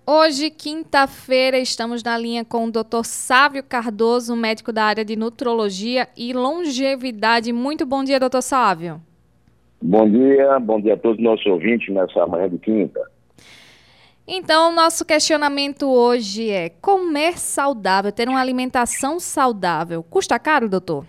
Hoje, quinta-feira, estamos na linha com o Dr. Sávio Cardoso, médico da área de nutrologia e longevidade. Muito bom dia, Dr. Sávio. Bom dia a todos os nossos ouvintes nessa manhã de quinta. Então, o nosso questionamento hoje é: comer saudável, ter uma alimentação saudável, custa caro, doutor?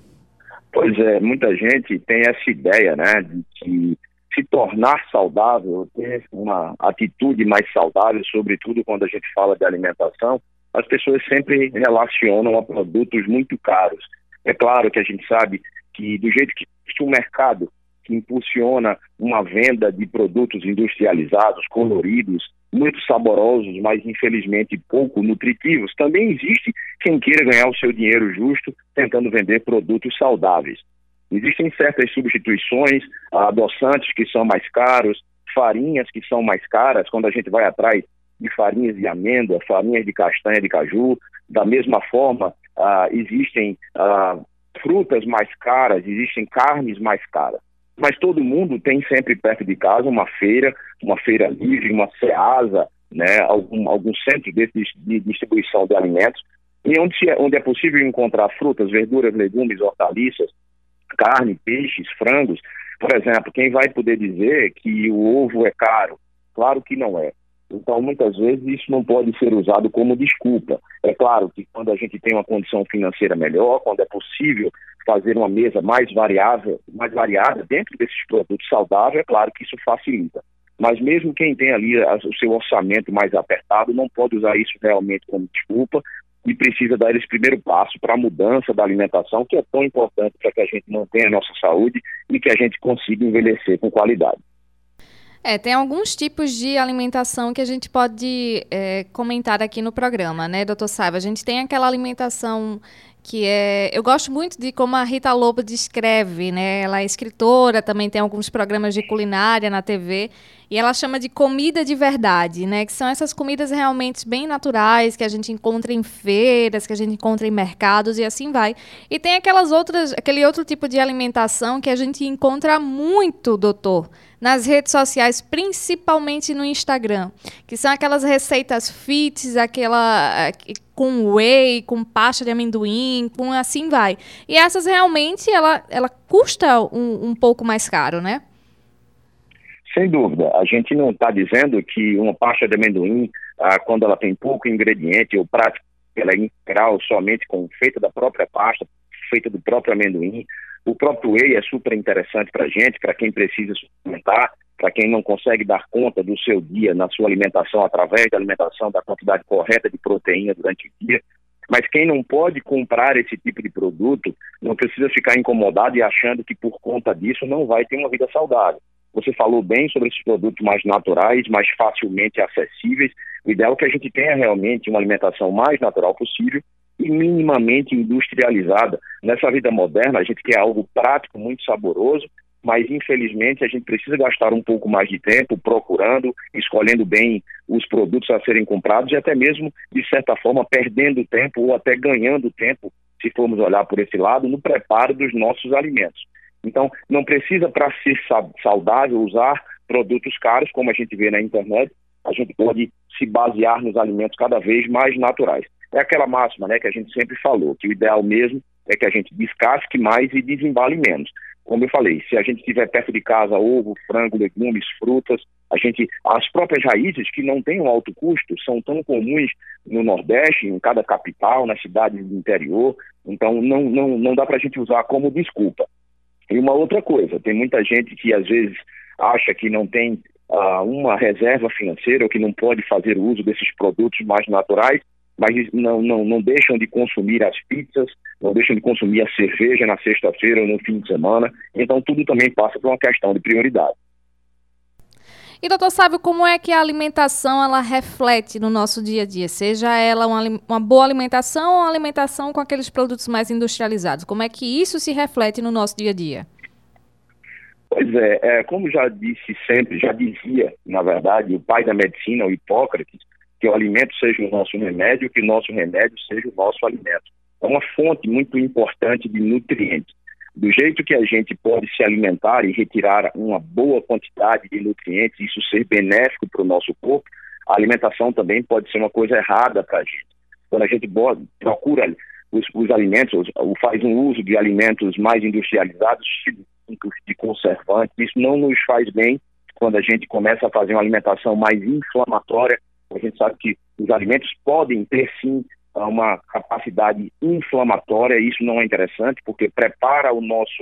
Pois é, muita gente tem essa ideia, né, de que se tornar saudável, ter uma atitude mais saudável, sobretudo quando a gente fala de alimentação, as pessoas sempre relacionam a produtos muito caros. É claro que a gente sabe que do jeito que o mercado que impulsiona uma venda de produtos industrializados, coloridos, muito saborosos, mas infelizmente pouco nutritivos, também existe quem queira ganhar o seu dinheiro justo tentando vender produtos saudáveis. Existem certas substituições, adoçantes que são mais caros, farinhas que são mais caras, quando a gente vai atrás de farinhas de amêndoa, farinhas de castanha de caju. Da mesma forma, existem frutas mais caras, existem carnes mais caras. Mas todo mundo tem sempre perto de casa uma feira livre, uma Ceasa, né, algum centro de distribuição de alimentos, e onde é possível encontrar frutas, verduras, legumes, hortaliças, carne, peixes, frangos. Por exemplo, quem vai poder dizer que o ovo é caro? Claro que não é. Então, muitas vezes, isso não pode ser usado como desculpa. É claro que quando a gente tem uma condição financeira melhor, quando é possível fazer uma mesa mais variada dentro desses produtos saudáveis, é claro que isso facilita. Mas mesmo quem tem ali o seu orçamento mais apertado não pode usar isso realmente como desculpa e precisa dar esse primeiro passo para a mudança da alimentação, que é tão importante para que a gente mantenha a nossa saúde e que a gente consiga envelhecer com qualidade. Tem alguns tipos de alimentação que a gente pode comentar aqui no programa, né, doutor Sávio? A gente tem aquela alimentação que é... Eu gosto muito de como a Rita Lobo descreve, né? Ela é escritora, também tem alguns programas de culinária na TV, e ela chama de comida de verdade, né? Que são essas comidas realmente bem naturais, que a gente encontra em feiras, que a gente encontra em mercados e assim vai. E tem aquele outro tipo de alimentação que a gente encontra muito, doutor, nas redes sociais, principalmente no Instagram, que são aquelas receitas fits, com whey, com pasta de amendoim, com assim vai. E essas realmente, ela custa um pouco mais caro, né? Sem dúvida. A gente não está dizendo que uma pasta de amendoim, quando ela tem pouco ingrediente, ou prática, ela é integral, somente feita da própria pasta, feita do próprio amendoim. O próprio whey é super interessante para a gente, para quem precisa suplementar, para quem não consegue dar conta do seu dia na sua alimentação, através da alimentação, da quantidade correta de proteína durante o dia. Mas quem não pode comprar esse tipo de produto, não precisa ficar incomodado e achando que por conta disso não vai ter uma vida saudável. Você falou bem sobre esses produtos mais naturais, mais facilmente acessíveis. O ideal é que a gente tenha realmente uma alimentação mais natural possível e minimamente industrializada. Nessa vida moderna, a gente quer algo prático, muito saboroso, mas infelizmente a gente precisa gastar um pouco mais de tempo procurando, escolhendo bem os produtos a serem comprados e até mesmo, de certa forma, perdendo tempo ou até ganhando tempo, se formos olhar por esse lado, no preparo dos nossos alimentos. Então, não precisa, para ser saudável, usar produtos caros, como a gente vê na internet. A gente pode se basear nos alimentos cada vez mais naturais. É aquela máxima, né, que a gente sempre falou, que o ideal mesmo é que a gente descasque mais e desembale menos. Como eu falei, se a gente tiver perto de casa ovo, frango, legumes, frutas, as próprias raízes que não têm um alto custo são tão comuns no Nordeste, em cada capital, nas cidades do interior. Então, não dá para a gente usar como desculpa. E uma outra coisa, tem muita gente que às vezes acha que não tem uma reserva financeira ou que não pode fazer uso desses produtos mais naturais, mas não deixam de consumir as pizzas, não deixam de consumir a cerveja na sexta-feira ou no fim de semana. Então tudo também passa por uma questão de prioridade. E, doutor Sávio, como é que a alimentação ela reflete no nosso dia a dia? Seja ela uma boa alimentação ou uma alimentação com aqueles produtos mais industrializados? Como é que isso se reflete no nosso dia a dia? Pois como já dizia, na verdade, o pai da medicina, o Hipócrates, que o alimento seja o nosso remédio, que o nosso remédio seja o nosso alimento. É uma fonte muito importante de nutrientes. Do jeito que a gente pode se alimentar e retirar uma boa quantidade de nutrientes, isso ser benéfico para o nosso corpo, A alimentação também pode ser uma coisa errada para a gente. Quando a gente procura os alimentos, ou faz um uso de alimentos mais industrializados, de conservantes, isso não nos faz bem. Quando a gente começa a fazer uma alimentação mais inflamatória, a gente sabe que os alimentos podem ter, sim, uma capacidade inflamatória, e isso não é interessante, porque prepara o nosso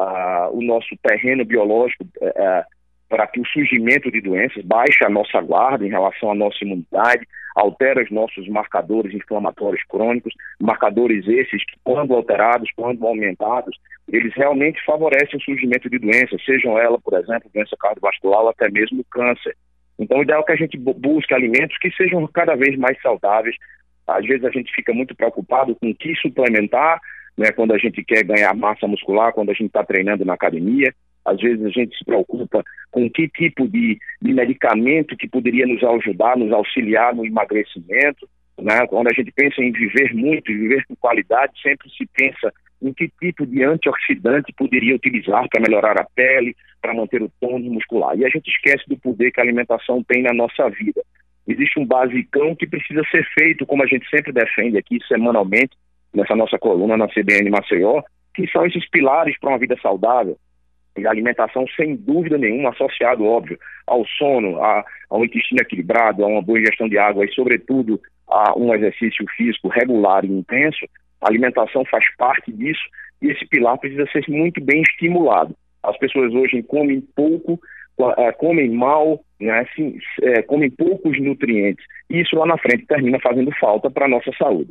terreno biológico para que o surgimento de doenças, baixa a nossa guarda em relação à nossa imunidade, altera os nossos marcadores inflamatórios crônicos, marcadores esses que, quando alterados, quando aumentados, eles realmente favorecem o surgimento de doenças, sejam elas, por exemplo, doença cardiovascular ou até mesmo câncer. Então, o ideal é que a gente busque alimentos que sejam cada vez mais saudáveis. Às vezes a gente fica muito preocupado com o que suplementar, né, quando a gente quer ganhar massa muscular, quando a gente está treinando na academia. Às vezes a gente se preocupa com que tipo de medicamento que poderia nos ajudar, nos auxiliar no emagrecimento, né? Quando a gente pensa em viver muito, viver com qualidade, sempre se pensa em que tipo de antioxidante poderia utilizar para melhorar a pele, para manter o tônus muscular. E a gente esquece do poder que a alimentação tem na nossa vida. Existe um basicão que precisa ser feito, como a gente sempre defende aqui semanalmente, nessa nossa coluna na CBN Maceió, que são esses pilares para uma vida saudável. E a alimentação, sem dúvida nenhuma, associado, óbvio, ao sono, ao intestino equilibrado, a uma boa ingestão de água e, sobretudo, a um exercício físico regular e intenso. A alimentação faz parte disso e esse pilar precisa ser muito bem estimulado. As pessoas hoje comem pouco, comem mal, né, assim, comem poucos nutrientes. E isso lá na frente termina fazendo falta para a nossa saúde.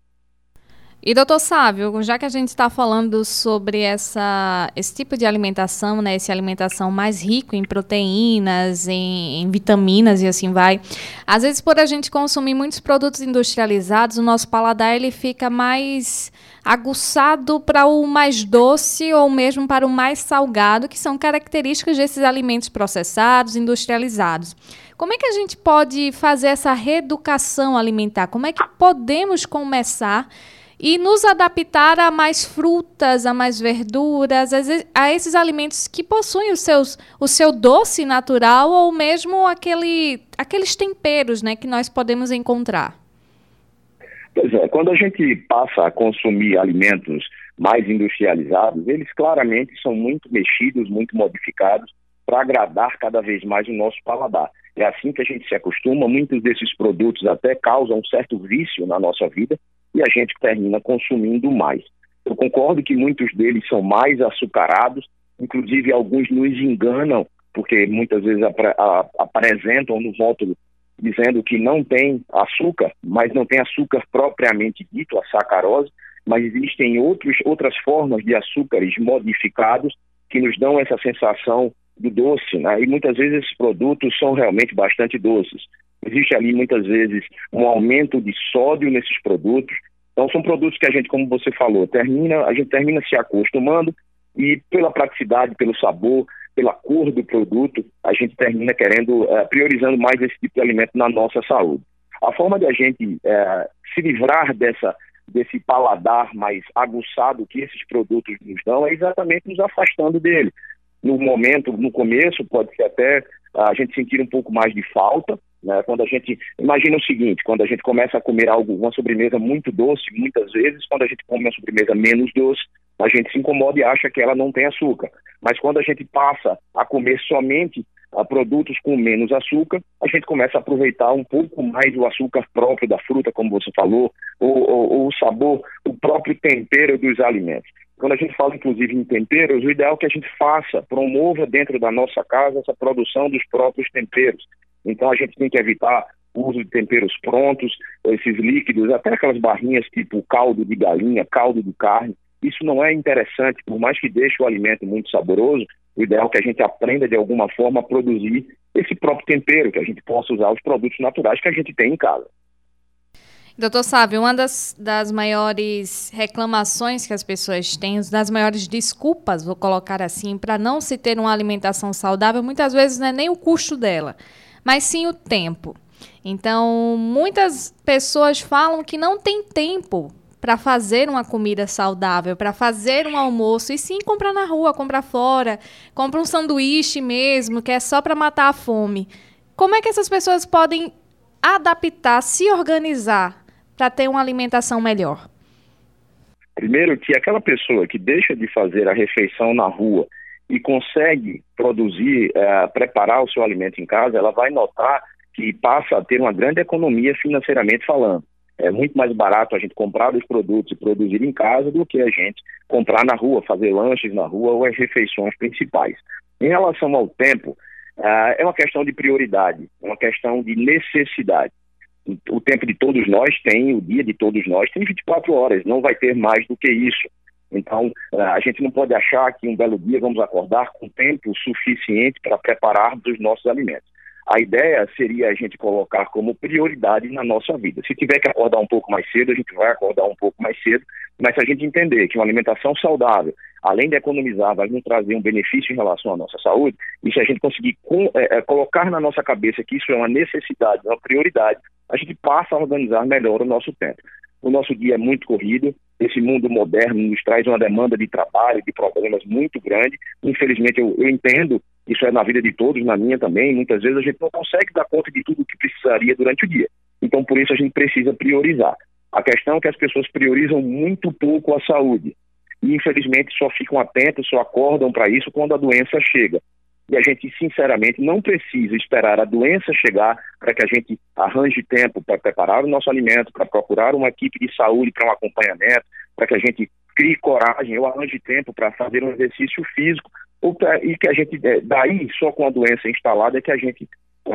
E, doutor Sávio, já que a gente está falando sobre esse tipo de alimentação, né, essa alimentação mais rica em proteínas, em vitaminas e assim vai, às vezes por a gente consumir muitos produtos industrializados, o nosso paladar ele fica mais aguçado para o mais doce ou mesmo para o mais salgado, que são características desses alimentos processados, industrializados. Como é que a gente pode fazer essa reeducação alimentar? Como é que podemos começar e nos adaptar a mais frutas, a mais verduras, a esses alimentos que possuem o seu doce natural ou mesmo aqueles temperos, né, que nós podemos encontrar? Pois é, quando a gente passa a consumir alimentos mais industrializados, eles claramente são muito mexidos, muito modificados para agradar cada vez mais o nosso paladar. É assim que a gente se acostuma, muitos desses produtos até causam um certo vício na nossa vida, e a gente termina consumindo mais. Eu concordo que muitos deles são mais açucarados, inclusive alguns nos enganam, porque muitas vezes apresentam no rótulo dizendo que não tem açúcar, mas não tem açúcar propriamente dito, a sacarose, mas existem outras formas de açúcares modificados que nos dão essa sensação do doce, né? E muitas vezes esses produtos são realmente bastante doces. Existe ali, muitas vezes, um aumento de sódio nesses produtos. Então, são produtos que a gente, como você falou, a gente termina se acostumando e pela praticidade, pelo sabor, pela cor do produto, a gente termina priorizando mais esse tipo de alimento na nossa saúde. A forma de a gente se livrar desse paladar mais aguçado que esses produtos nos dão é exatamente nos afastando dele. No começo, pode ser até a gente sentir um pouco mais de falta, né? Quando a gente, imagina o seguinte, quando a gente começa a comer uma sobremesa muito doce, muitas vezes, quando a gente come uma sobremesa menos doce, a gente se incomoda e acha que ela não tem açúcar. Mas quando a gente passa a comer somente produtos com menos açúcar, a gente começa a aproveitar um pouco mais o açúcar próprio da fruta, como você falou, ou o sabor, o próprio tempero dos alimentos. Quando a gente fala, inclusive, em temperos, o ideal é que a gente promova dentro da nossa casa essa produção dos próprios temperos. Então, a gente tem que evitar o uso de temperos prontos, esses líquidos, até aquelas barrinhas tipo caldo de galinha, caldo de carne. Isso não é interessante, por mais que deixe o alimento muito saboroso, o ideal é que a gente aprenda, de alguma forma, a produzir esse próprio tempero, que a gente possa usar os produtos naturais que a gente tem em casa. Doutor Sávio, uma das maiores reclamações que as pessoas têm, das maiores desculpas, vou colocar assim, para não se ter uma alimentação saudável, muitas vezes não é nem o custo dela, mas sim o tempo. Então, muitas pessoas falam que não tem tempo para fazer uma comida saudável, para fazer um almoço, e sim comprar na rua, comprar fora, compra um sanduíche mesmo, que é só para matar a fome. Como é que essas pessoas podem adaptar, se organizar para ter uma alimentação melhor? Primeiro, que aquela pessoa que deixa de fazer a refeição na rua e consegue produzir, preparar o seu alimento em casa, ela vai notar que passa a ter uma grande economia financeiramente falando. É muito mais barato a gente comprar os produtos e produzir em casa do que a gente comprar na rua, fazer lanches na rua ou as refeições principais. Em relação ao tempo, é uma questão de prioridade, é uma questão de necessidade. O tempo de todos nós tem, o dia de todos nós tem 24 horas, não vai ter mais do que isso. Então, a gente não pode achar que um belo dia vamos acordar com tempo suficiente para preparar os nossos alimentos. A ideia seria a gente colocar como prioridade na nossa vida. Se tiver que acordar um pouco mais cedo, a gente vai acordar um pouco mais cedo, mas se a gente entender que uma alimentação saudável, além de economizar, vai nos trazer um benefício em relação à nossa saúde, e se a gente conseguir colocar na nossa cabeça que isso é uma necessidade, uma prioridade, a gente passa a organizar melhor o nosso tempo. O nosso dia é muito corrido, esse mundo moderno nos traz uma demanda de trabalho, de problemas muito grande. Infelizmente, eu entendo, isso é na vida de todos, na minha também, muitas vezes a gente não consegue dar conta de tudo o que precisaria durante o dia. Então, por isso, a gente precisa priorizar. A questão é que as pessoas priorizam muito pouco a saúde. E, infelizmente, só ficam atentos, só acordam para isso quando a doença chega. E a gente, sinceramente, não precisa esperar a doença chegar para que a gente arranje tempo para preparar o nosso alimento, para procurar uma equipe de saúde para um acompanhamento, para que a gente crie coragem ou arranje tempo para fazer um exercício físico, e que a gente, daí, só com a doença instalada, é que a gente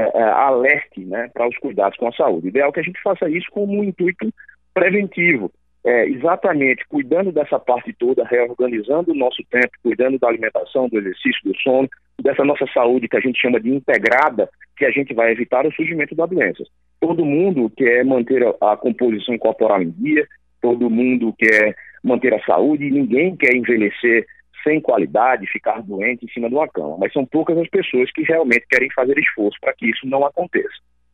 alerte, né, para os cuidados com a saúde. O ideal é que a gente faça isso como um intuito preventivo. Exatamente, cuidando dessa parte toda, reorganizando o nosso tempo, cuidando da alimentação, do exercício, do sono, dessa nossa saúde que a gente chama de integrada, que a gente vai evitar o surgimento da doença. Todo mundo quer manter a composição corporal em dia, todo mundo quer manter a saúde, e ninguém quer envelhecer sem qualidade, ficar doente em cima de uma cama. Mas são poucas as pessoas que realmente querem fazer esforço para que isso não aconteça.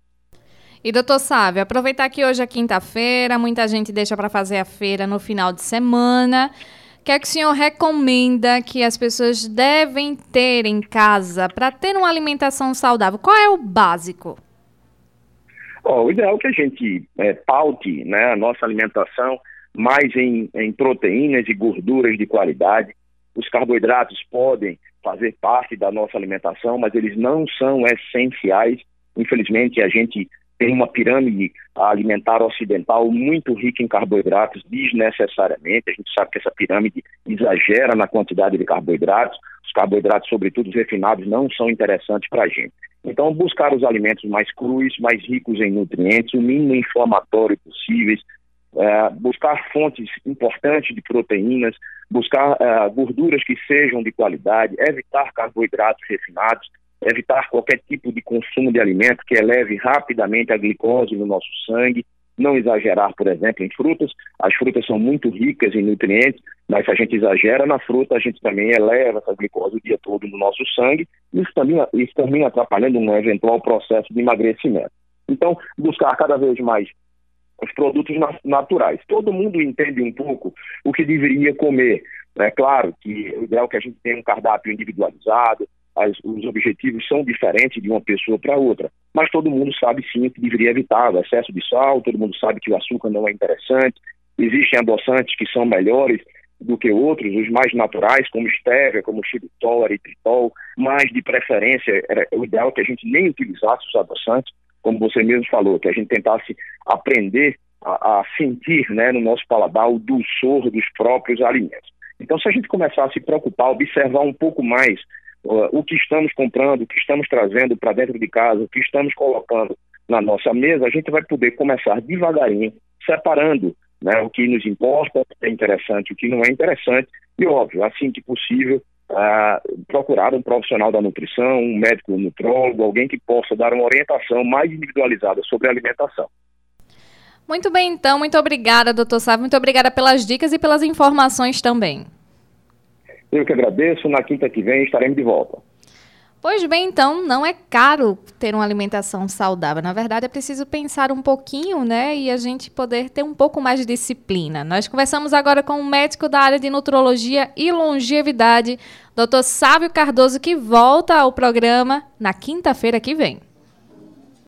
E, doutor Sávio, aproveitar que hoje é quinta-feira, muita gente deixa para fazer a feira no final de semana. O que é que o senhor recomenda que as pessoas devem ter em casa para ter uma alimentação saudável? Qual é o básico? O ideal é que a gente paute, né, a nossa alimentação mais em proteínas e gorduras de qualidade. Os carboidratos podem fazer parte da nossa alimentação, mas eles não são essenciais. Infelizmente, a gente tem uma pirâmide alimentar ocidental muito rica em carboidratos desnecessariamente. A gente sabe que essa pirâmide exagera na quantidade de carboidratos. Os carboidratos, sobretudo os refinados, não são interessantes para a gente. Então, buscar os alimentos mais crus, mais ricos em nutrientes, o mínimo inflamatório possíveis, buscar fontes importantes de proteínas, buscar gorduras que sejam de qualidade, evitar carboidratos refinados, evitar qualquer tipo de consumo de alimento que eleve rapidamente a glicose no nosso sangue, não exagerar, por exemplo, em frutas. As frutas são muito ricas em nutrientes, mas se a gente exagera na fruta, a gente também eleva essa glicose o dia todo no nosso sangue, isso também atrapalhando um eventual processo de emagrecimento. Então, buscar cada vez mais os produtos naturais. Todo mundo entende um pouco o que deveria comer. É claro que o ideal é que a gente tenha um cardápio individualizado, os objetivos são diferentes de uma pessoa para outra, mas todo mundo sabe sim que deveria evitar o excesso de sal, todo mundo sabe que o açúcar não é interessante, existem adoçantes que são melhores do que outros, os mais naturais, como estévia, como xilitol, eritritol, mas de preferência, o ideal é que a gente nem utilizasse os adoçantes, como você mesmo falou, que a gente tentasse aprender a sentir, né, no nosso paladar o dulçor dos próprios alimentos. Então, se a gente começar a se preocupar, observar um pouco mais o que estamos comprando, o que estamos trazendo para dentro de casa, o que estamos colocando na nossa mesa, a gente vai poder começar devagarinho, separando, né, o que nos importa, o que é interessante, o que não é interessante, e óbvio, assim que possível, procurar um profissional da nutrição, um médico nutrólogo, alguém que possa dar uma orientação mais individualizada sobre a alimentação. Muito bem, então, muito obrigada, doutor Sávio, muito obrigada pelas dicas e pelas informações também. Eu que agradeço, na quinta que vem estaremos de volta. Pois bem, então, não é caro ter uma alimentação saudável. Na verdade, é preciso pensar um pouquinho, né? E a gente poder ter um pouco mais de disciplina. Nós conversamos agora com um médico da área de nutrologia e longevidade, Dr. Sávio Cardoso, que volta ao programa na quinta-feira que vem.